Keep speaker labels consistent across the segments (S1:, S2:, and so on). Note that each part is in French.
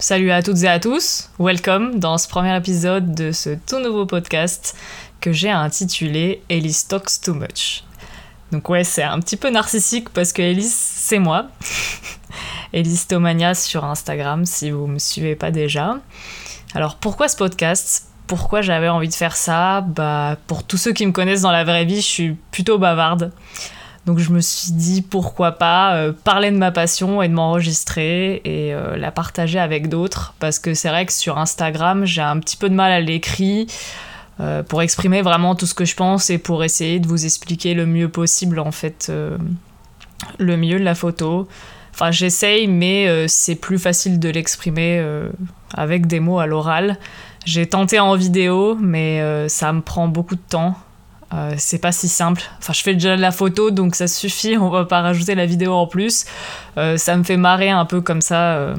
S1: Salut à toutes et à tous, welcome dans ce premier épisode de ce tout nouveau podcast que j'ai intitulé Elise Talks Too Much. Donc ouais, c'est un petit peu narcissique parce que Elise, c'est moi. Elise Tomania sur Instagram si vous me suivez pas déjà. Alors pourquoi ce podcast ? Pourquoi j'avais envie de faire ça ? Pour tous ceux qui me connaissent dans la vraie vie, je suis plutôt bavarde. Donc je me suis dit pourquoi pas parler de ma passion et de m'enregistrer et la partager avec d'autres, parce que c'est vrai que sur Instagram j'ai un petit peu de mal à l'écrit pour exprimer vraiment tout ce que je pense et pour essayer de vous expliquer le mieux possible en fait le milieu de la photo. Enfin j'essaye mais c'est plus facile de l'exprimer avec des mots à l'oral. J'ai tenté en vidéo mais ça me prend beaucoup de temps. C'est pas si simple. Enfin, je fais déjà de la photo, donc ça suffit, on va pas rajouter la vidéo en plus. Ça me fait marrer un peu comme ça,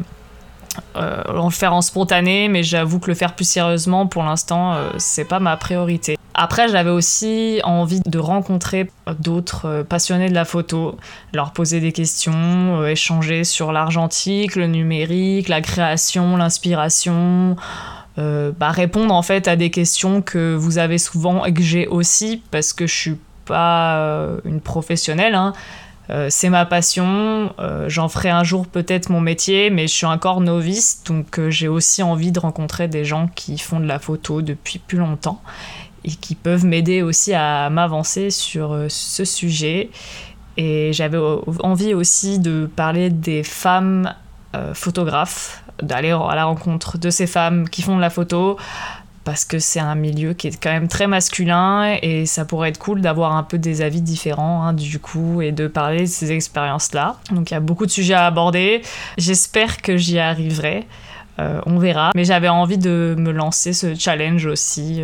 S1: le faire en spontané, mais j'avoue que le faire plus sérieusement, pour l'instant, c'est pas ma priorité. Après, j'avais aussi envie de rencontrer d'autres passionnés de la photo, leur poser des questions, échanger sur l'argentique, le numérique, la création, l'inspiration... répondre en fait à des questions que vous avez souvent et que j'ai aussi parce que je suis pas une professionnelle, hein. C'est ma passion, j'en ferai un jour peut-être mon métier, mais je suis encore novice, donc j'ai aussi envie de rencontrer des gens qui font de la photo depuis plus longtemps et qui peuvent m'aider aussi à m'avancer sur ce sujet. Et j'avais envie aussi de parler des femmes photographes, d'aller à la rencontre de ces femmes qui font de la photo, parce que c'est un milieu qui est quand même très masculin et ça pourrait être cool d'avoir un peu des avis différents du coup et de parler de ces expériences-là. Donc il y a beaucoup de sujets à aborder, j'espère que j'y arriverai, on verra. Mais j'avais envie de me lancer ce challenge aussi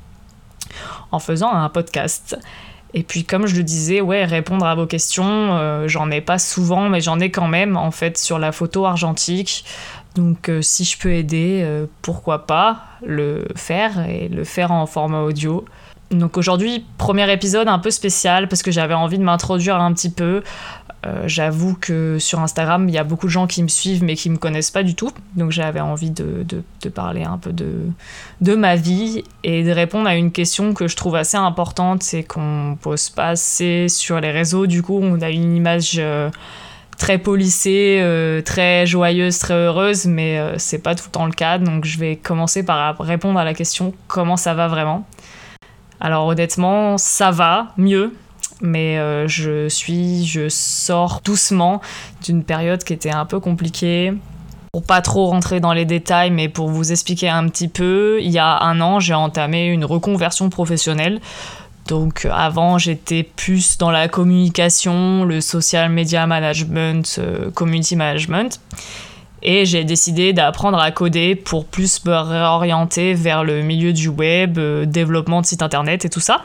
S1: en faisant un podcast. Et puis comme je le disais, répondre à vos questions, j'en ai pas souvent, mais j'en ai quand même en fait sur la photo argentique. Donc si je peux aider, pourquoi pas le faire et le faire en format audio. Donc aujourd'hui, premier épisode un peu spécial parce que j'avais envie de m'introduire un petit peu. J'avoue que sur Instagram, il y a beaucoup de gens qui me suivent mais qui me connaissent pas du tout. Donc j'avais envie de parler un peu de ma vie et de répondre à une question que je trouve assez importante, c'est qu'on pose pas assez sur les réseaux. Du coup, on a une image très polissée, très joyeuse, très heureuse, mais c'est pas tout le temps le cas. Donc je vais commencer par répondre à la question comment ça va vraiment. Alors honnêtement, ça va mieux. Mais je sors doucement d'une période qui était un peu compliquée. Pour pas trop rentrer dans les détails, mais pour vous expliquer un petit peu, il y a 1 an, j'ai entamé une reconversion professionnelle. Donc avant, j'étais plus dans la communication, le social media management, community management. Et j'ai décidé d'apprendre à coder pour plus me réorienter vers le milieu du web, développement de sites internet et tout ça.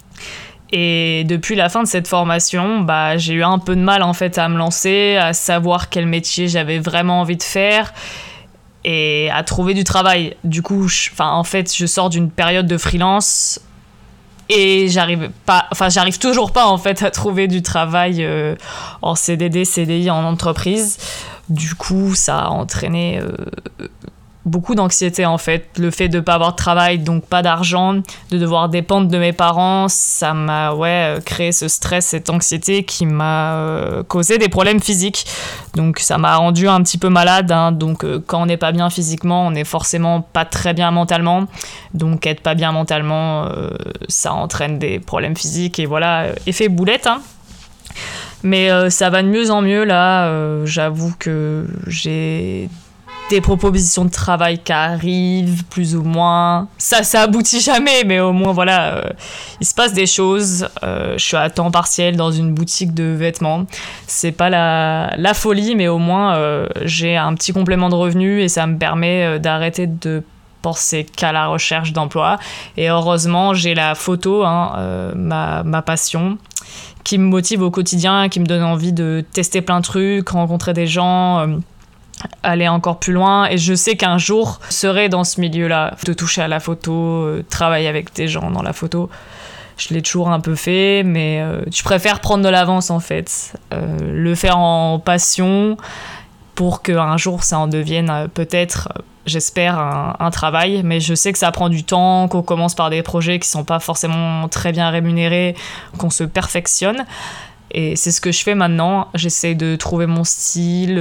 S1: Et depuis la fin de cette formation, j'ai eu un peu de mal en fait à me lancer, à savoir quel métier j'avais vraiment envie de faire et à trouver du travail. Du coup, je sors d'une période de freelance et j'arrive toujours pas en fait à trouver du travail en CDD, CDI, en entreprise. Du coup, ça a entraîné beaucoup d'anxiété en fait, le fait de pas avoir de travail, donc pas d'argent, de devoir dépendre de mes parents, ça m'a créé ce stress, cette anxiété qui m'a causé des problèmes physiques. Donc ça m'a rendu un petit peu malade, donc quand on n'est pas bien physiquement, on n'est forcément pas très bien mentalement. Donc être pas bien mentalement, ça entraîne des problèmes physiques et voilà, effet boulette. Mais ça va de mieux en mieux là, j'avoue que j'ai des propositions de travail qui arrivent, plus ou moins. Ça aboutit jamais, mais au moins, il se passe des choses. Je suis à temps partiel dans une boutique de vêtements. C'est pas la folie, mais au moins, j'ai un petit complément de revenus et ça me permet d'arrêter de penser qu'à la recherche d'emploi. Et heureusement, j'ai la photo, ma passion, qui me motive au quotidien, qui me donne envie de tester plein de trucs, rencontrer des gens... aller encore plus loin, et je sais qu'un jour je serai dans ce milieu-là, de toucher à la photo, travailler avec des gens dans la photo. Je l'ai toujours un peu fait, mais je préfère prendre de l'avance en fait, le faire en passion pour qu'un jour ça en devienne peut-être, j'espère, un travail. Mais je sais que ça prend du temps, qu'on commence par des projets qui sont pas forcément très bien rémunérés, qu'on se perfectionne. Et c'est ce que je fais maintenant. J'essaie de trouver mon style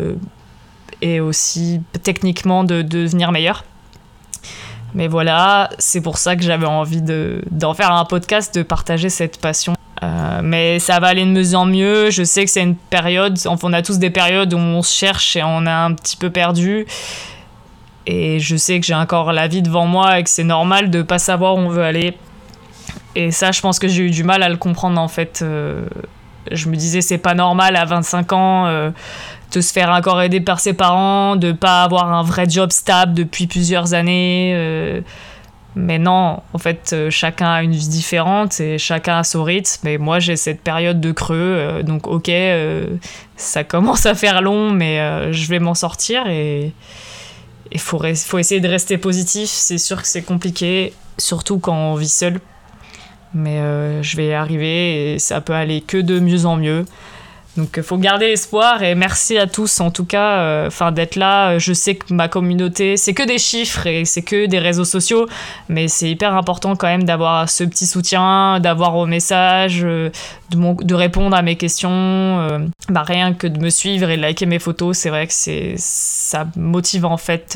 S1: et aussi techniquement de devenir meilleur. Mais voilà, c'est pour ça que j'avais envie d'en faire un podcast, de partager cette passion. Mais ça va aller de mieux en mieux. Je sais que c'est une période, enfin, on a tous des périodes où on se cherche et on est un petit peu perdu. Et je sais que j'ai encore la vie devant moi et que c'est normal de pas savoir où on veut aller. Et ça, je pense que j'ai eu du mal à le comprendre en fait. Je me disais, c'est pas normal à 25 ans de se faire encore aider par ses parents, de pas avoir un vrai job stable depuis plusieurs années. Mais non, en fait, chacun a une vie différente et chacun a son rythme. Et moi, j'ai cette période de creux. Donc, ok, ça commence à faire long, mais je vais m'en sortir. Et il faut essayer de rester positif. C'est sûr que c'est compliqué, surtout quand on vit seul. Mais je vais y arriver et ça peut aller que de mieux en mieux. Donc il faut garder espoir et merci à tous en tout cas d'être là. Je sais que ma communauté, c'est que des chiffres et c'est que des réseaux sociaux, mais c'est hyper important quand même d'avoir ce petit soutien, d'avoir vos messages, de répondre à mes questions. Rien que de me suivre et de liker mes photos, c'est vrai que ça motive en fait.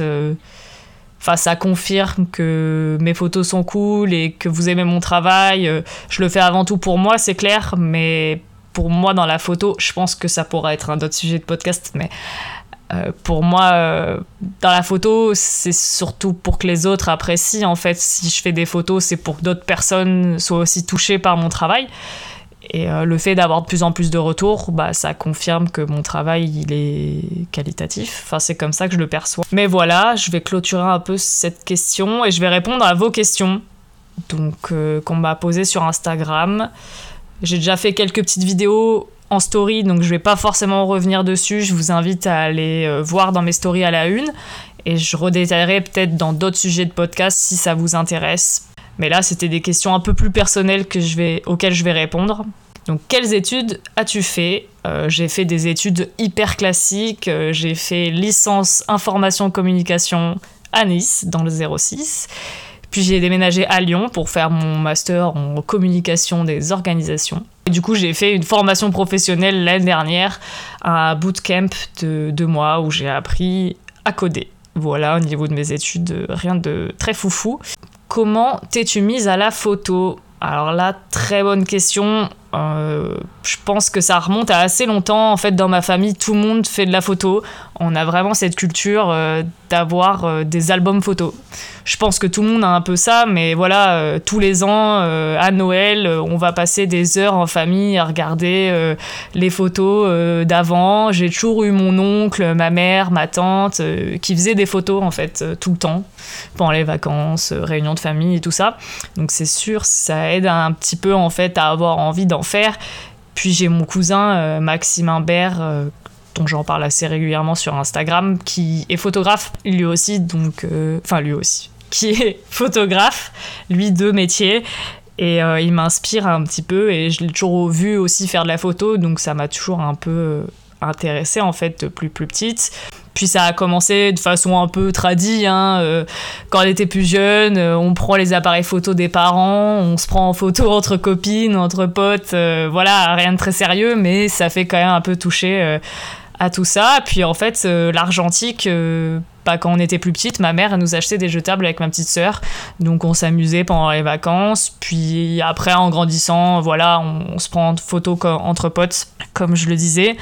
S1: Ça confirme que mes photos sont cool et que vous aimez mon travail. Je le fais avant tout pour moi, c'est clair, mais pour moi, dans la photo, je pense que ça pourra être un autre sujet de podcast, mais pour moi, dans la photo, c'est surtout pour que les autres apprécient. En fait, si je fais des photos, c'est pour que d'autres personnes soient aussi touchées par mon travail. Et le fait d'avoir de plus en plus de retours, ça confirme que mon travail, il est qualitatif. Enfin, c'est comme ça que je le perçois. Mais voilà, je vais clôturer un peu cette question et je vais répondre à vos questions donc, qu'on m'a posées sur Instagram. J'ai déjà fait quelques petites vidéos en story, donc je vais pas forcément revenir dessus. Je vous invite à aller voir dans mes stories à la une. Et je redétaillerai peut-être dans d'autres sujets de podcast si ça vous intéresse. Mais là, c'était des questions un peu plus personnelles auxquelles je vais répondre. Donc, quelles études as-tu fait ? J'ai fait des études hyper classiques. J'ai fait licence information communication à Nice, dans le 06. Puis j'ai déménagé à Lyon pour faire mon master en communication des organisations. Et du coup, j'ai fait une formation professionnelle l'année dernière, un bootcamp de 2 mois où j'ai appris à coder. Voilà, au niveau de mes études, rien de très foufou. Comment t'es-tu mise à la photo ? Alors là, très bonne question. Je pense que ça remonte à assez longtemps. En fait, dans ma famille, tout le monde fait de la photo. On a vraiment cette culture d'avoir des albums photos. Je pense que tout le monde a un peu ça, mais voilà, tous les ans, à Noël, on va passer des heures en famille à regarder les photos d'avant. J'ai toujours eu mon oncle, ma mère, ma tante, qui faisaient des photos, en fait, tout le temps, pendant les vacances, réunions de famille et tout ça. Donc c'est sûr, ça aide un petit peu, en fait, à avoir envie d'en faire. Puis j'ai mon cousin, Maxime Imbert, dont j'en parle assez régulièrement sur Instagram, qui est photographe, lui aussi, qui est photographe, lui, 2 métiers, et il m'inspire un petit peu, et je l'ai toujours vu aussi faire de la photo, donc ça m'a toujours un peu intéressée, en fait, depuis plus petite. Puis ça a commencé de façon un peu tradie, quand elle était plus jeune, on prend les appareils photo des parents, on se prend en photo entre copines, entre potes, rien de très sérieux, mais ça fait quand même un peu toucher à tout ça. Puis en fait, l'argentique, quand on était plus petite, ma mère elle nous achetait des jetables avec ma petite sœur, donc on s'amusait pendant les vacances. Puis après, en grandissant, on se prend en photo entre potes, comme je le disais.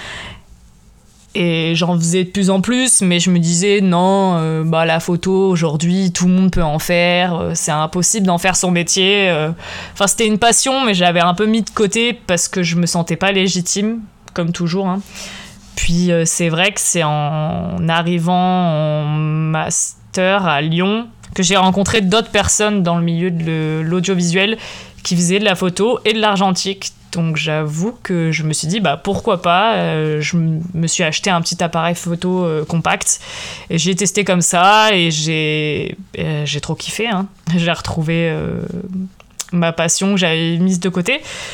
S1: Et j'en faisais de plus en plus, mais je me disais non, la photo aujourd'hui tout le monde peut en faire, c'est impossible d'en faire son métier. C'était une passion, mais j'avais un peu mis de côté parce que je me sentais pas légitime, comme toujours. Puis c'est vrai que c'est en arrivant en master à Lyon que j'ai rencontré d'autres personnes dans le milieu de l'audiovisuel qui faisaient de la photo et de l'argentique. Donc j'avoue que je me suis dit pourquoi pas, je me suis acheté un petit appareil photo compact et j'ai testé comme ça et j'ai trop kiffé. J'ai retrouvé ma passion que j'avais mise de côté.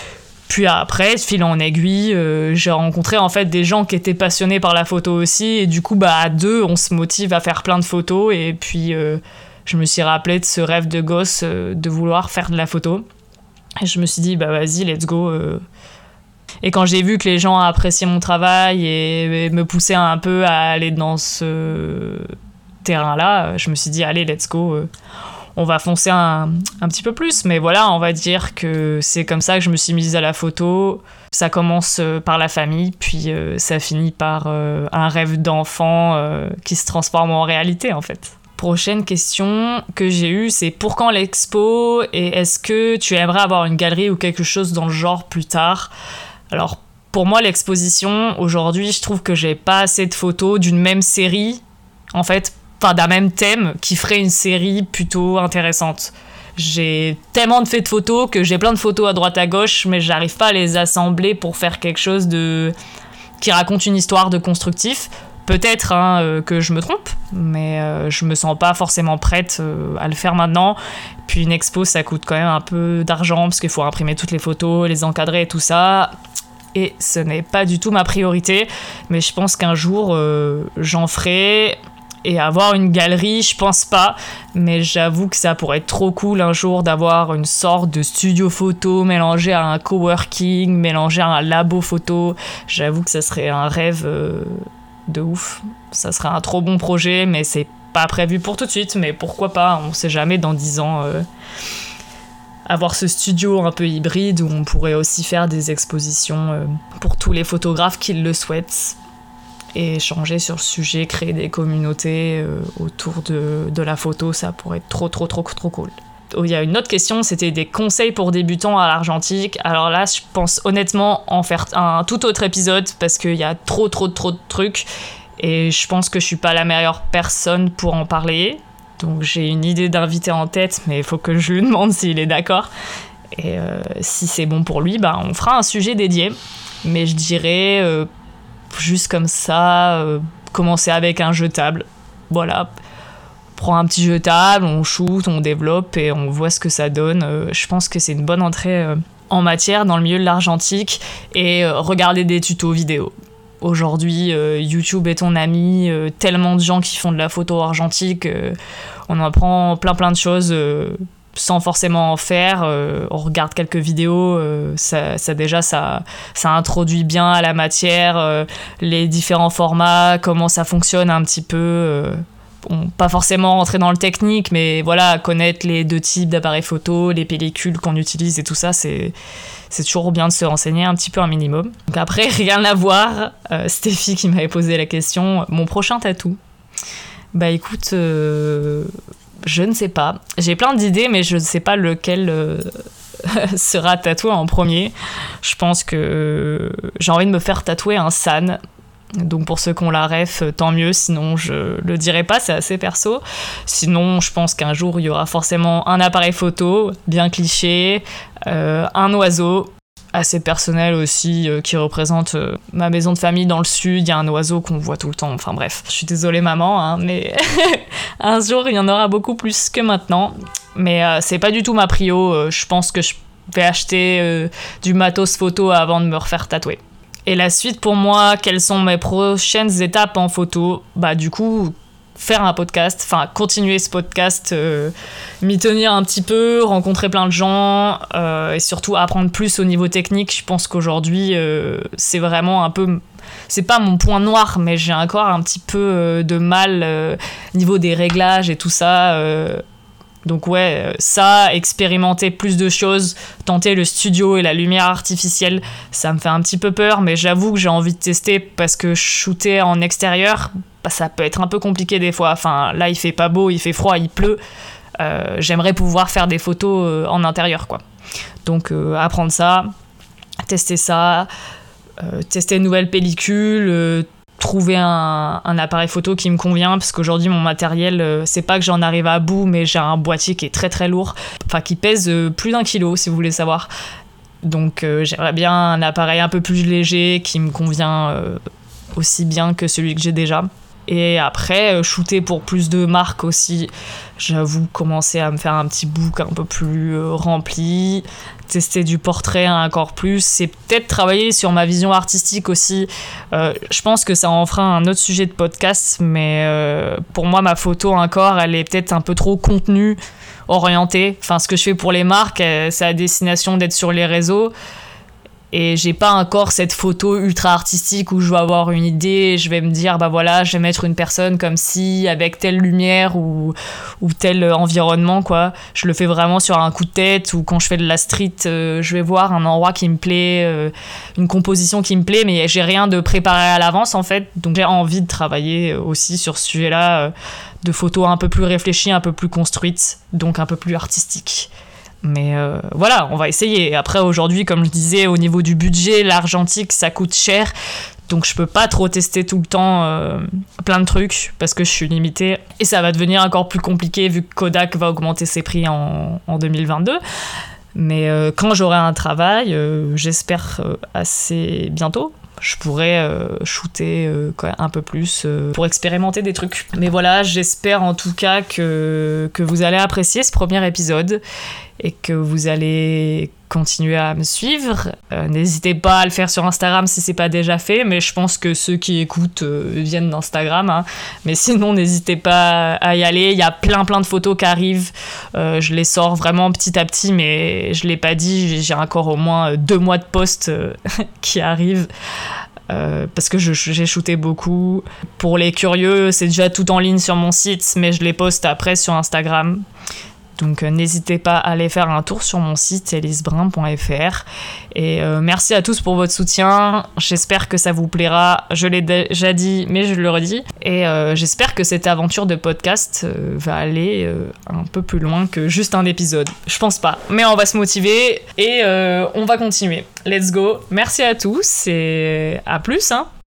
S1: Puis après, de fil en aiguille, j'ai rencontré en fait des gens qui étaient passionnés par la photo aussi, et du coup, à deux, on se motive à faire plein de photos, et puis je me suis rappelé de ce rêve de gosse de vouloir faire de la photo. Et je me suis dit, vas-y, let's go. Et quand j'ai vu que les gens appréciaient mon travail et me poussaient un peu à aller dans ce terrain-là, je me suis dit, allez, let's go. On va foncer un petit peu plus, mais voilà, on va dire que c'est comme ça que je me suis mise à la photo. Ça commence par la famille, puis ça finit par un rêve d'enfant qui se transforme en réalité, en fait. Prochaine question que j'ai eue, c'est pour quand l'expo et est-ce que tu aimerais avoir une galerie ou quelque chose dans le genre plus tard ? Alors, pour moi, l'exposition, aujourd'hui, je trouve que j'ai pas assez de photos d'une même série, en fait, enfin d'un même thème qui ferait une série plutôt intéressante. J'ai tellement de faits de photos que j'ai plein de photos à droite à gauche, mais j'arrive pas à les assembler pour faire quelque chose qui raconte une histoire de constructif. Peut-être que je me trompe, mais je me sens pas forcément prête à le faire maintenant. Puis une expo, ça coûte quand même un peu d'argent parce qu'il faut imprimer toutes les photos, les encadrer et tout ça. Et ce n'est pas du tout ma priorité, mais je pense qu'un jour j'en ferai. Et avoir une galerie, je pense pas, mais j'avoue que ça pourrait être trop cool un jour d'avoir une sorte de studio photo mélangé à un coworking, mélangé à un labo photo. J'avoue que ça serait un rêve de ouf. Ça serait un trop bon projet, mais c'est pas prévu pour tout de suite, mais pourquoi pas, on sait jamais dans 10 ans avoir ce studio un peu hybride où on pourrait aussi faire des expositions pour tous les photographes qui le souhaitent. Et échanger sur le sujet, créer des communautés autour de la photo, ça pourrait être trop cool. Il y a une autre question, c'était des conseils pour débutants à l'argentique. Alors là, je pense honnêtement en faire un tout autre épisode parce qu'il y a trop de trucs et je pense que je suis pas la meilleure personne pour en parler. Donc j'ai une idée d'invité en tête, mais il faut que je lui demande s'il est d'accord. Et si c'est bon pour lui, on fera un sujet dédié. Mais je dirais... juste comme ça, commencer avec un jetable. Voilà, on prend un petit jetable, on shoot, on développe et on voit ce que ça donne. Je pense que c'est une bonne entrée en matière dans le milieu de l'argentique et regarder des tutos vidéo. Aujourd'hui, YouTube est ton ami, tellement de gens qui font de la photo argentique, on apprend plein de choses sans forcément en faire, on regarde quelques vidéos, ça introduit bien à la matière, les différents formats, comment ça fonctionne un petit peu, pas forcément rentrer dans le technique, mais voilà, connaître les deux types d'appareils photo, les pellicules qu'on utilise et tout ça, c'est toujours bien de se renseigner un petit peu un minimum. Donc après, rien à voir, Stéphie qui m'avait posé la question, mon prochain tatou. Écoute... je ne sais pas. J'ai plein d'idées, mais je ne sais pas lequel sera tatoué en premier. Je pense que j'ai envie de me faire tatouer un san. Donc pour ceux qui ont la ref, tant mieux. Sinon, je le dirai pas, c'est assez perso. Sinon, je pense qu'un jour, il y aura forcément un appareil photo, bien cliché, un oiseau, assez personnel aussi, qui représente ma maison de famille dans le sud. Il y a un oiseau qu'on voit tout le temps, enfin bref, je suis désolée maman, mais un jour il y en aura beaucoup plus que maintenant, mais c'est pas du tout ma prio. Je pense que je vais acheter du matos photo avant de me refaire tatouer. Et la suite pour moi, quelles sont mes prochaines étapes en photo ? Du coup, faire un podcast, enfin continuer ce podcast, m'y tenir un petit peu, rencontrer plein de gens et surtout apprendre plus au niveau technique. Je pense qu'aujourd'hui c'est vraiment un peu, c'est pas mon point noir, mais j'ai encore un petit peu de mal niveau des réglages et tout ça. Donc ouais, ça, expérimenter plus de choses, tenter le studio et la lumière artificielle, ça me fait un petit peu peur, mais j'avoue que j'ai envie de tester parce que shooter en extérieur, ça peut être un peu compliqué des fois. Enfin, là, il fait pas beau, il fait froid, il pleut. J'aimerais pouvoir faire des photos en intérieur, quoi. Donc, apprendre ça, tester une nouvelle pellicule, trouver un appareil photo qui me convient, parce qu'aujourd'hui mon matériel, c'est pas que j'en arrive à bout, mais j'ai un boîtier qui est très lourd, enfin qui pèse plus d'1 kilo si vous voulez savoir. Donc j'aimerais bien un appareil un peu plus léger qui me convient aussi bien que celui que j'ai déjà. Et après, shooter pour plus de marques aussi. J'avoue, commencer à me faire un petit book un peu plus rempli, tester du portrait encore plus. C'est peut-être travailler sur ma vision artistique aussi. Je pense que ça en fera un autre sujet de podcast, mais pour moi, ma photo encore, elle est peut-être un peu trop contenue, orientée. Enfin, ce que je fais pour les marques, c'est à destination d'être sur les réseaux. Et j'ai pas encore cette photo ultra artistique où je vais avoir une idée, je vais me dire bah voilà, je vais mettre une personne comme ci avec telle lumière ou tel environnement quoi. Je le fais vraiment sur un coup de tête, ou quand je fais de la street, je vais voir un endroit qui me plaît, une composition qui me plaît, mais j'ai rien de préparé à l'avance en fait. Donc j'ai envie de travailler aussi sur ce sujet-là, de photos un peu plus réfléchies, un peu plus construites, donc un peu plus artistiques. Mais voilà, on va essayer. Après, aujourd'hui, comme je disais, au niveau du budget, l'argentique, ça coûte cher. Donc je peux pas trop tester tout le temps plein de trucs parce que je suis limitée. Et ça va devenir encore plus compliqué vu que Kodak va augmenter ses prix en 2022. Mais quand j'aurai un travail, j'espère assez bientôt, je pourrais shooter un peu plus pour expérimenter des trucs. Mais voilà, j'espère en tout cas que vous allez apprécier ce premier épisode et que vous allez continuer à me suivre. N'hésitez pas à le faire sur Instagram si c'est pas déjà fait, mais je pense que ceux qui écoutent viennent d'Instagram, hein. Mais sinon, n'hésitez pas à y aller. Il y a plein de photos qui arrivent. Je les sors vraiment petit à petit, mais je l'ai pas dit, j'ai encore au moins 2 mois de posts qui arrivent. Parce que j'ai shooté beaucoup. Pour les curieux, c'est déjà tout en ligne sur mon site, mais je les poste après sur Instagram. Donc n'hésitez pas à aller faire un tour sur mon site elisbrun.fr. Et merci à tous pour votre soutien. J'espère que ça vous plaira. Je l'ai déjà dit, mais je le redis. Et j'espère que cette aventure de podcast va aller un peu plus loin que juste un épisode. Je pense pas, mais on va se motiver et on va continuer. Let's go. Merci à tous et à plus, hein.